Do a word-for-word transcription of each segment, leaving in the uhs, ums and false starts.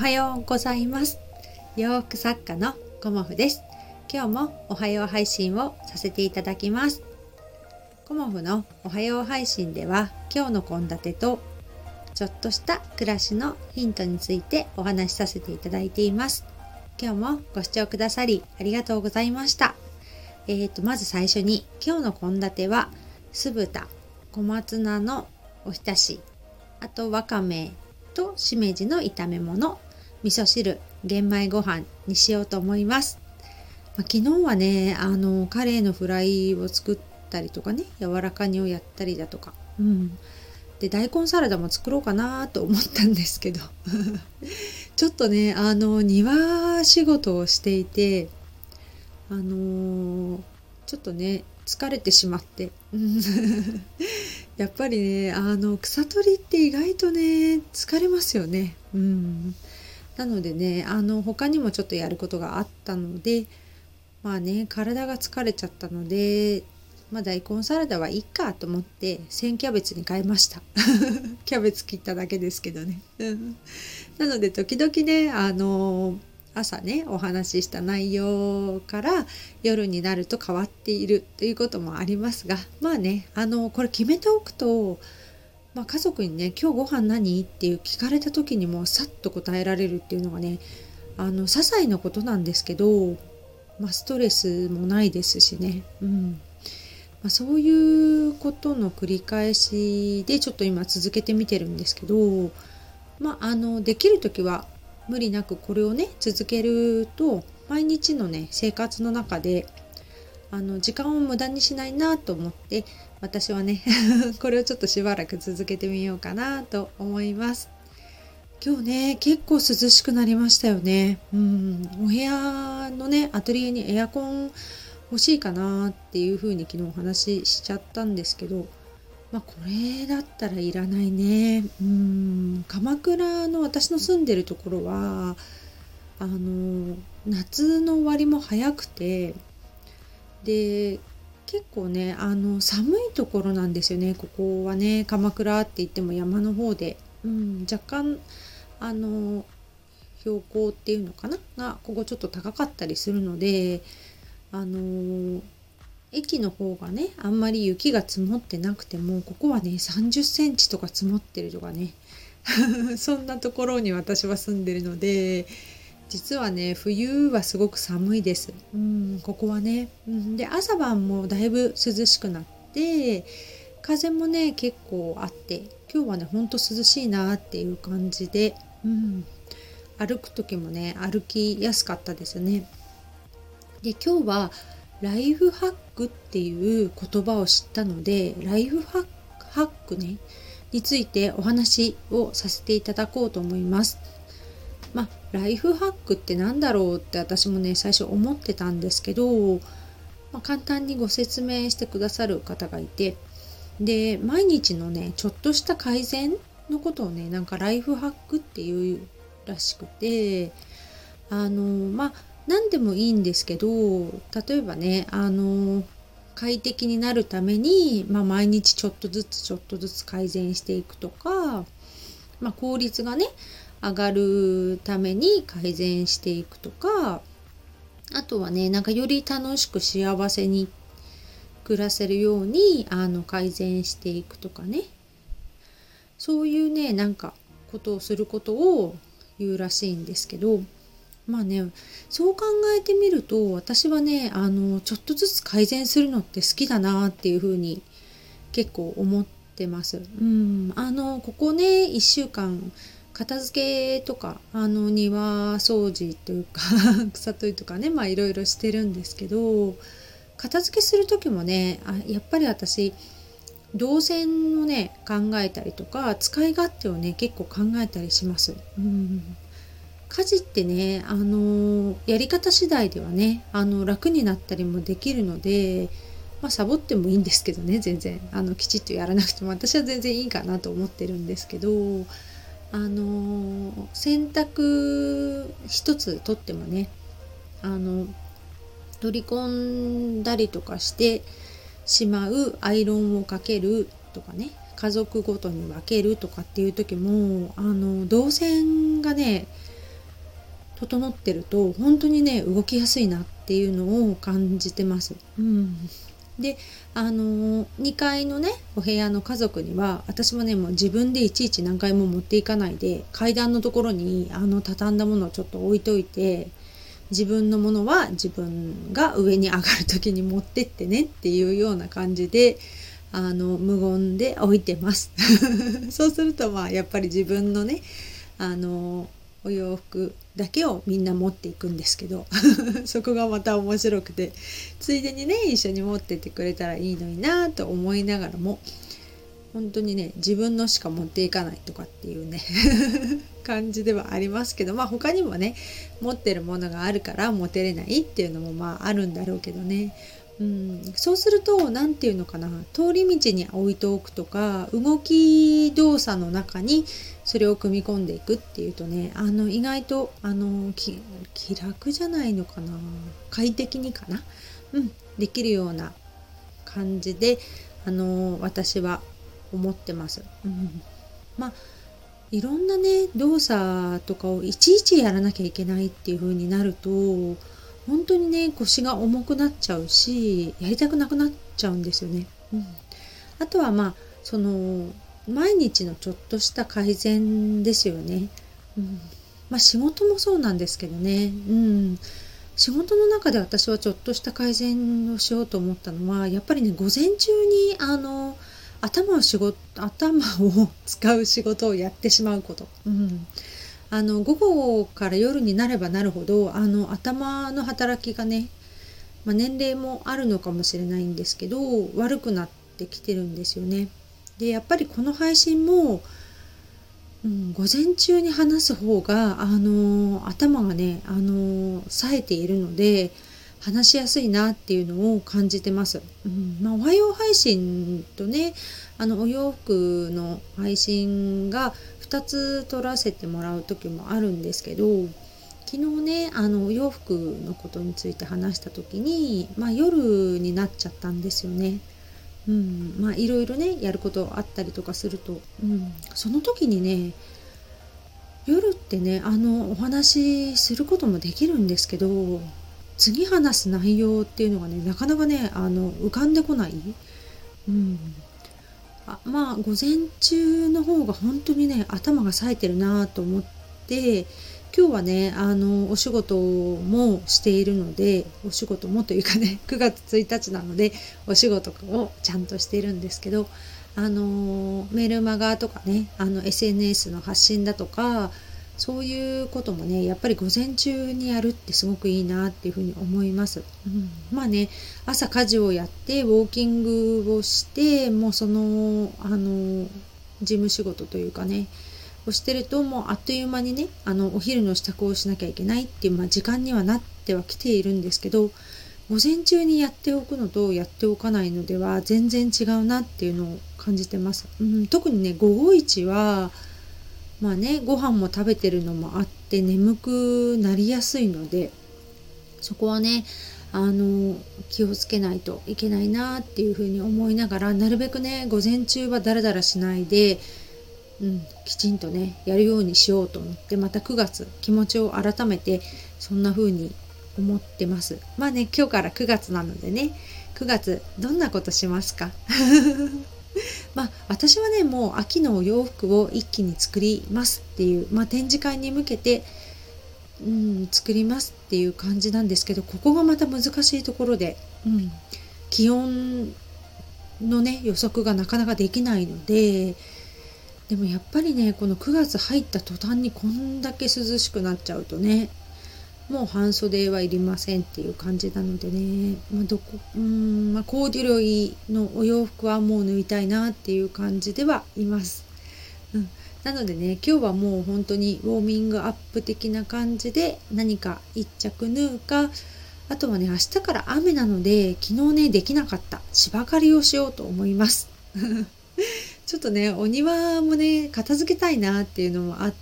はようございます。洋服作家のコモフです。今日もおはよう配信をさせていただきます。コモフのおはよう配信では、今日の献立とちょっとした暮らしのヒントについてお話しさせていただいています。今日もご視聴くださりありがとうございました。えーとまず最初に、今日の献立は酢豚、小松菜のおひたし、あとわかめとしめじの炒め物、味噌汁、玄米ご飯にしようと思います。まあ、昨日はねあのカレーのフライを作ったりとかね、柔らか煮をやったりだとか、うん、で大根サラダも作ろうかなと思ったんですけどちょっとねあの庭仕事をしていて、あのー、ちょっとね疲れてしまってやっぱりねあの草取りって意外とね疲れますよね。うん、なのでねあの他にもちょっとやることがあったので、まあね体が疲れちゃったので、まあ、大根サラダはいいかと思って千キャベツに変えましたキャベツ切っただけですけどねなので時々ねあの朝ねお話しした内容から夜になると変わっているということもありますが、まあねあのこれ決めておくと、まあ、家族にね今日ご飯何っていう聞かれた時にもさっと答えられるっていうのがねあの些細なことなんですけど、まあ、ストレスもないですしね、うんまあ、そういうことの繰り返しでちょっと今続けてみてるんですけど、まあ、あのできる時は無理なくこれをね続けると毎日のね生活の中であの時間を無駄にしないなと思って、私はねこれをちょっとしばらく続けてみようかなと思います。今日ね結構涼しくなりましたよね。うん、お部屋のねアトリエにエアコン欲しいかなっていう風に昨日お話ししちゃったんですけど、まあ、これだったらいらないね。うーん鎌倉の私の住んでるところはあの夏の終わりも早くて、で結構ねあの寒いところなんですよね。ここはね鎌倉って言っても山の方で、うん、若干あの標高っていうのかながここちょっと高かったりするので、あの駅の方がねあんまり雪が積もってなくても、ここはねさんじゅっセンチとか積もってるとかねそんなところに私は住んでるので、実はね冬はすごく寒いです。うんここはね、うん、で朝晩もだいぶ涼しくなって風もね結構あって、今日はねほんと涼しいなっていう感じで、うん、歩く時もね歩きやすかったですね。で今日はライフハックっていう言葉を知ったので、ライフハックねについてお話をさせていただこうと思います。まあライフハックってなんだろうって私もね最初思ってたんですけど、まあ、簡単にご説明してくださる方がいて、で毎日のねちょっとした改善のことをねなんかライフハックっていうらしくて、あのまあ何でもいいんですけど、例えばねあの快適になるために、まあ、毎日ちょっとずつちょっとずつ改善していくとか、まあ、効率がね上がるために改善していくとか、あとはねなんかより楽しく幸せに暮らせるようにあの改善していくとかね、そういうねなんかことをすることを言うらしいんですけど、まあねそう考えてみると私はねあのちょっとずつ改善するのって好きだなっていうふうに結構思ってます。うんあのここねいっしゅうかん片付けとかあの庭掃除というか草取りとかねまあいろいろしてるんですけど、片付けする時もねあやっぱり私動線をね考えたりとか使い勝手をね結構考えたりします。うん家事ってね、あのやり方次第ではねあの楽になったりもできるので、まあ、サボってもいいんですけどね、全然あのきちっとやらなくても私は全然いいかなと思ってるんですけど、あの洗濯一つとってもねあの取り込んだりとかしてしまうアイロンをかけるとかね、家族ごとに分けるとかっていう時もあの動線がね整ってると本当にね動きやすいなっていうのを感じてます。うん、であのにかいのねお部屋の家族には私もねもう自分でいちいち何回も持っていかないで階段のところにあの畳んだものをちょっと置いといて、自分のものは自分が上に上がる時に持ってってねっていうような感じであの無言で置いてますそうするとまあやっぱり自分のねあのお洋服だけをみんな持っていくんですけどそこがまた面白くて、ついでにね一緒に持ってってくれたらいいのになと思いながらも、本当にね自分のしか持っていかないとかっていうね感じではありますけど、まあ他にもね持ってるものがあるから持てれないっていうのもまああるんだろうけどね。うん、そうすると何て言うのかな、通り道に置いておくとか動き動作の中にそれを組み込んでいくっていうとね、あの意外とあの気楽じゃないのかな、快適にかな、うん、できるような感じであの私は思ってます。うん、まあいろんなね動作とかをいちいちやらなきゃいけないっていう風になると本当にね腰が重くなっちゃうしやりたくなくなっちゃうんですよね。うん、あとはまあその毎日のちょっとした改善ですよね。うん、まあ仕事もそうなんですけどね。うん、仕事の中で私はちょっとした改善をしようと思ったのはやっぱりね午前中にあの頭を仕事頭を使う仕事をやってしまうこと。うん、あの午後から夜になればなるほどあの頭の働きがね、まあ、年齢もあるのかもしれないんですけど悪くなってきてるんですよね。でやっぱりこの配信も、うん、午前中に話す方があの頭がねあの冴えているので話しやすいなっていうのを感じてます。うんまあ、おはよう配信とねあのお洋服の配信がふたつ撮らせてもらう時もあるんですけど、昨日ねあのお洋服のことについて話した時に、まあ、夜になっちゃったんですよね。うん、まあいろいろねやることあったりとかすると、うん、その時にね夜ってねあのお話しすることもできるんですけど、次話す内容っていうのがねなかなかねあの浮かんでこない。うん、あまあ午前中の方が本当にね頭が冴えてるなと思って、今日はねあのお仕事もしているので、お仕事もというかねくがつついたちなのでお仕事をちゃんとしているんですけど、あのメールマガとかねあの エスエヌエス の発信だとかそういうこともねやっぱり午前中にやるってすごくいいなっていうふうに思います。うん、まあね朝家事をやってウォーキングをしてもうそのあの事務仕事というかねをしてるともうあっという間にねあのお昼の支度をしなきゃいけないっていう、まあ、時間にはなってはきているんですけど、午前中にやっておくのとやっておかないのでは全然違うなっていうのを感じてます。うん、特にね午後一はまあねご飯も食べてるのもあって眠くなりやすいので、そこはねあの気をつけないといけないなっていうふうに思いながら、なるべくね午前中はダラダラしないで、うん、きちんとねやるようにしようと思って、またくがつ気持ちを改めてそんな風に思ってます。まあね今日からくがつなのでね、くがつどんなことしますかまあ私はねもう秋のお洋服を一気に作りますっていう、まあ、展示会に向けて、うん、作りますっていう感じなんですけど、ここがまた難しいところで、うん、気温のね予測がなかなかできないので、でもやっぱりねこのくがつ入った途端にこんだけ涼しくなっちゃうとねもう半袖はいりませんっていう感じなのでね、まあ、どこうーん、まあ、コーデュロイのお洋服はもう脱いたいなっていう感じではいます。うん、なのでね今日はもう本当にウォーミングアップ的な感じで何か一着縫うか、あとはね明日から雨なので昨日ねできなかった芝刈りをしようと思いますちょっとねお庭もね片付けたいなっていうのもあって、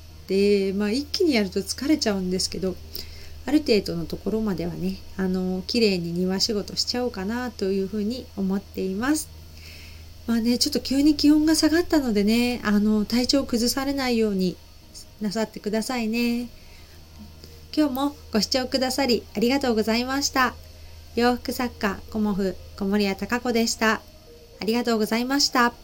まあ一気にやると疲れちゃうんですけど、ある程度のところまではねあの綺麗に庭仕事しちゃおうかなというふうに思っています。まあねちょっと急に気温が下がったのでねあの体調を崩されないようになさってくださいね。 今日もご視聴くださりありがとうございました。洋服作家コモフ小森屋隆子でした。ありがとうございました。